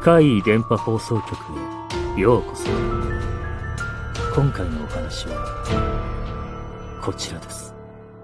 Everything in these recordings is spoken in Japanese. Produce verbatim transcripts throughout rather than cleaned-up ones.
怪異電波放送局へようこそ。今回のお話はこちらです。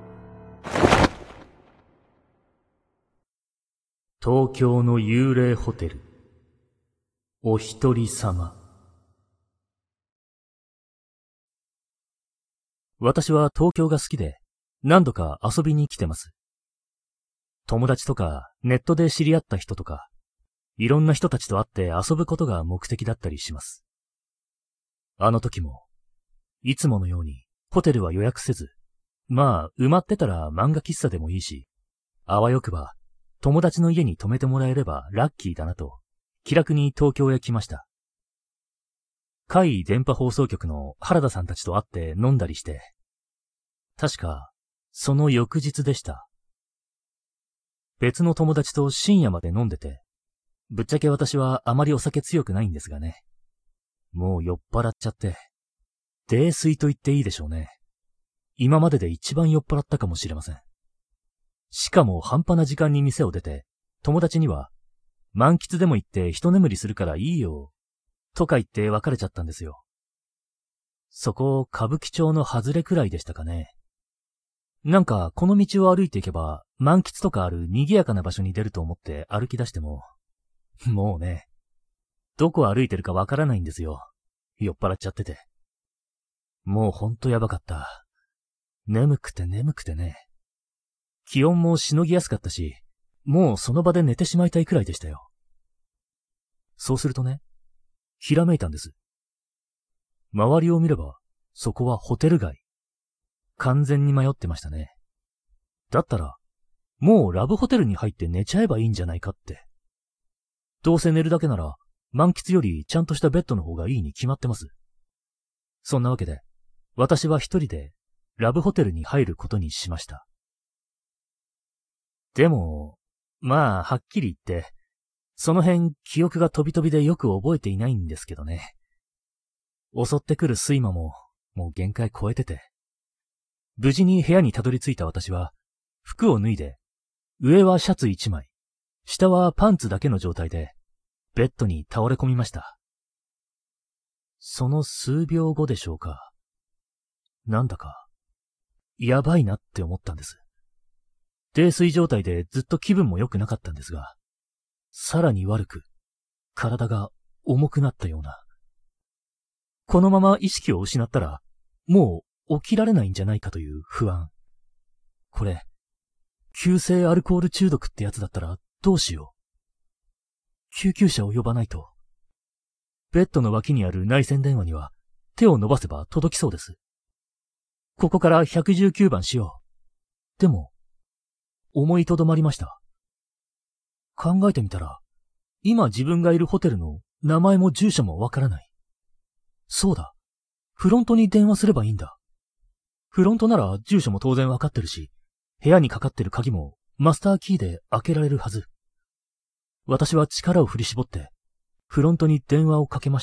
東京の幽霊ホテル、お一人様。私は東京が好きで何度か遊びに来てます。友達とかネットで知り合った人とかいろんな人たちと会って遊ぶことが目的だったりします。あの時も、いつものようにホテルは予約せず、まあ埋まってたら漫画喫茶でもいいし、あわよくば友達の家に泊めてもらえればラッキーだなと、気楽に東京へ来ました。怪異電波放送局の原田さんたちと会って飲んだりして、確かその翌日でした。別の友達と深夜まで飲んでて、ぶっちゃけ私はあまりお酒強くないんですがね。もう酔っ払っちゃって。泥酔と言っていいでしょうね。今までで一番酔っ払ったかもしれません。しかも半端な時間に店を出て、友達には、満喫でも行って一眠りするからいいよ、とか言って別れちゃったんですよ。そこ、歌舞伎町の外れくらいでしたかね。なんか、この道を歩いていけば、満喫とかある賑やかな場所に出ると思って歩き出しても、もうね、どこ歩いてるかわからないんですよ。酔っ払っちゃってて。もうほんとやばかった。眠くて眠くてね。気温もしのぎやすかったし、もうその場で寝てしまいたいくらいでしたよ。そうするとね、ひらめいたんです。周りを見れば、そこはホテル街。完全に迷ってましたね。だったら、もうラブホテルに入って寝ちゃえばいいんじゃないかって。どうせ寝るだけなら、満喫よりちゃんとしたベッドの方がいいに決まってます。そんなわけで、私は一人でラブホテルに入ることにしました。でも、まあ、はっきり言って、その辺記憶が飛び飛びでよく覚えていないんですけどね。襲ってくる睡魔も、もう限界超えてて。無事に部屋にたどり着いた私は、服を脱いで、上はシャツ一枚、下はパンツだけの状態で、ベッドに倒れ込みました。その数秒後でしょうか。なんだか、やばいなって思ったんです。泥酔状態でずっと気分も良くなかったんですが、さらに悪く、体が重くなったような。このまま意識を失ったら、もう起きられないんじゃないかという不安。これ、急性アルコール中毒ってやつだったらどうしよう。救急車を呼ばないと。ベッドの脇にある内線電話には手を伸ばせば届きそうです。ここからひゃくじゅうきゅうばんしよう。でも、思いとどまりました。考えてみたら、今自分がいるホテルの名前も住所もわからない。そうだ。フロントに電話すればいいんだ。フロントなら住所も当然わかってるし、部屋にかかってる鍵もマスターキーで開けられるはず。私は力を振り絞って、フロントに電話をかけました。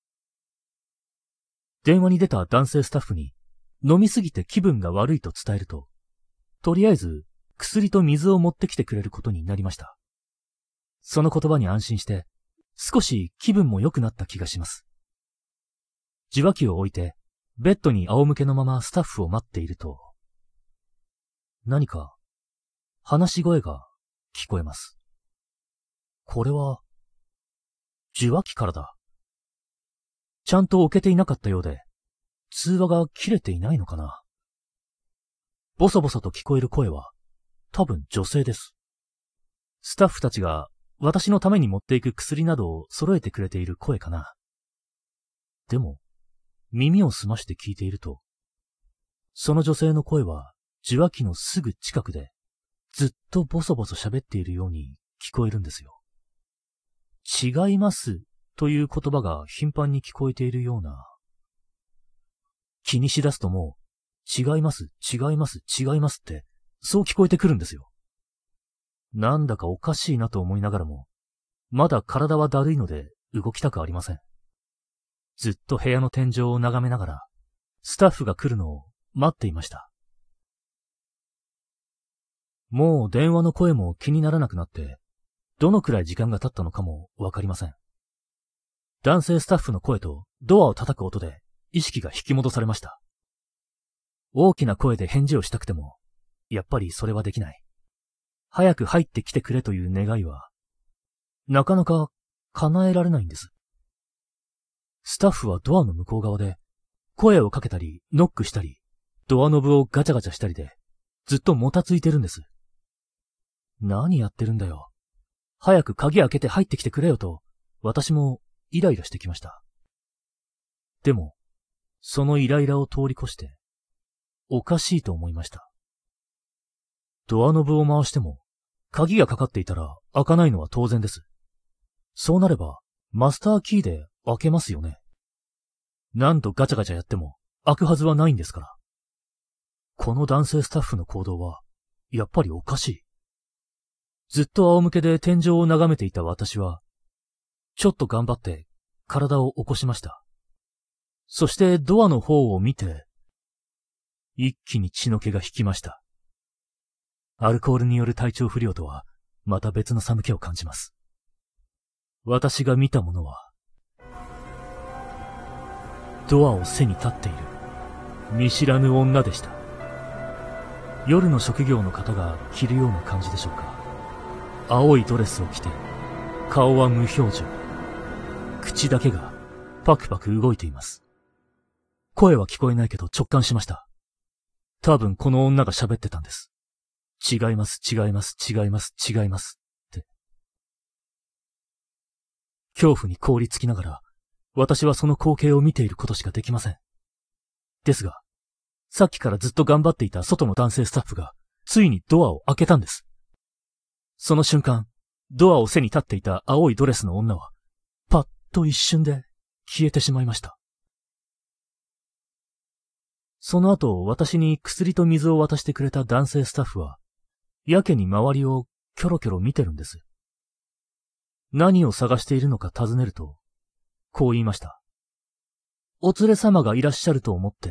電話に出た男性スタッフに、飲みすぎて気分が悪いと伝えると、とりあえず薬と水を持ってきてくれることになりました。その言葉に安心して、少し気分も良くなった気がします。受話器を置いて、ベッドに仰向けのままスタッフを待っていると、何か、話し声が聞こえます。これは、受話器からだ。ちゃんと置けていなかったようで、通話が切れていないのかな。ボソボソと聞こえる声は、多分女性です。スタッフたちが私のために持っていく薬などを揃えてくれている声かな。でも、耳を澄まして聞いていると、その女性の声は受話器のすぐ近くで、ずっとボソボソ喋っているように聞こえるんですよ。違いますという言葉が頻繁に聞こえているような。気にしだすともう、違います、違います、違いますって、そう聞こえてくるんですよ。なんだかおかしいなと思いながらも、まだ体はだるいので動きたくありません。ずっと部屋の天井を眺めながら、スタッフが来るのを待っていました。もう電話の声も気にならなくなって、 どのくらい時間が経ったのかもわかりません。男性スタッフの声とドアを叩く音で意識が引き戻されました。大きな声で返事をしたくても、やっぱりそれはできない。早く入ってきてくれという願いは、なかなか叶えられないんです。スタッフはドアの向こう側で、声をかけたり、ノックしたり、ドアノブをガチャガチャしたりで、ずっともたついてるんです。何やってるんだよ。早く鍵開けて入ってきてくれよと、私もイライラしてきました。でも、そのイライラを通り越して、おかしいと思いました。ドアノブを回しても、鍵がかかっていたら開かないのは当然です。そうなれば、マスターキーで開けますよね。何度ガチャガチャやっても開くはずはないんですから。この男性スタッフの行動は、やっぱりおかしい。ずっと仰向けで天井を眺めていた私は、ちょっと頑張って体を起こしました。そしてドアの方を見て、一気に血の気が引きました。アルコールによる体調不良とは、また別の寒気を感じます。私が見たものは、ドアを背に立っている、見知らぬ女でした。夜の職業の方が着るような感じでしょうか。青いドレスを着て、顔は無表情。口だけがパクパク動いています。声は聞こえないけど直感しました。多分この女が喋ってたんです。違います、違います、違います、違います、って。恐怖に凍りつきながら、私はその光景を見ていることしかできません。ですが、さっきからずっと頑張っていた外の男性スタッフが、ついにドアを開けたんです。その瞬間、ドアを背に立っていた青いドレスの女は、パッと一瞬で消えてしまいました。その後、私に薬と水を渡してくれた男性スタッフは、やけに周りをキョロキョロ見てるんです。何を探しているのか尋ねると、こう言いました。お連れ様がいらっしゃると思って。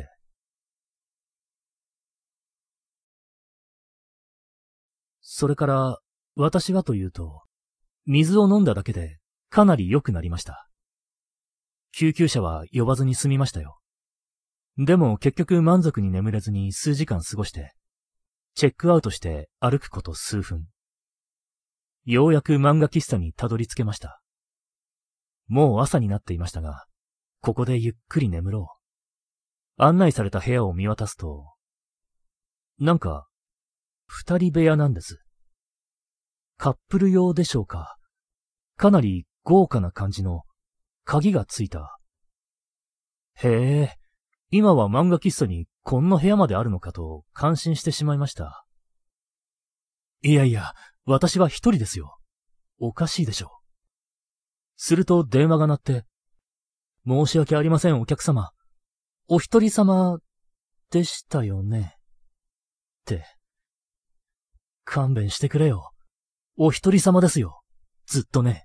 それから、私はというと、水を飲んだだけでかなり良くなりました。救急車は呼ばずに済みましたよ。でも結局満足に眠れずに数時間過ごして、チェックアウトして歩くこと数分。ようやく漫画喫茶にたどり着けました。もう朝になっていましたが、ここでゆっくり眠ろう。案内された部屋を見渡すと、なんか、二人部屋なんです。カップル用でしょうか。かなり豪華な感じの、鍵がついた。へえ、今は漫画喫茶にこんな部屋まであるのかと感心してしまいました。いやいや、私は一人ですよ。おかしいでしょう。すると電話が鳴って、申し訳ありませんお客様。お一人様でしたよね。って。勘弁してくれよ。お一人様ですよ。ずっとね。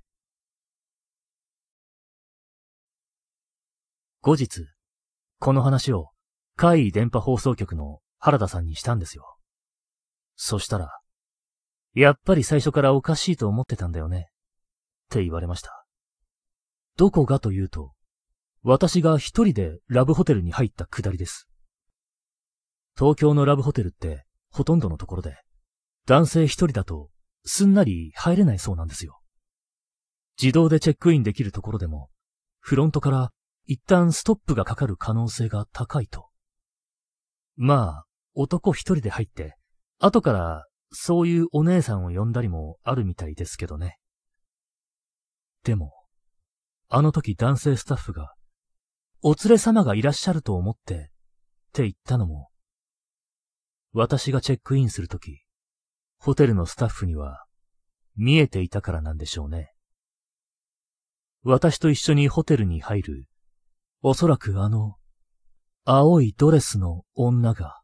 後日、この話を海電波放送局の原田さんにしたんですよ。そしたら、やっぱり最初からおかしいと思ってたんだよね。って言われました。どこがというと、私が一人でラブホテルに入ったくだりです。東京のラブホテルってほとんどのところで、男性一人だとすんなり入れないそうなんですよ。自動でチェックインできるところでも、フロントから一旦ストップがかかる可能性が高いと。まあ、男一人で入って、後からそういうお姉さんを呼んだりもあるみたいですけどね。でも、あの時男性スタッフが、お連れ様がいらっしゃると思って、って言ったのも、私がチェックインするとき、ホテルのスタッフには見えていたからなんでしょうね。私と一緒にホテルに入る、おそらくあの、青いドレスの女が、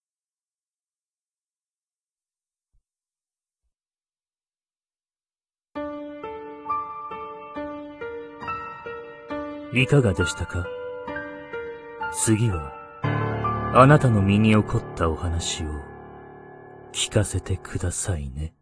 いかがでしたか？次は、あなたの身に起こったお話を聞かせてくださいね。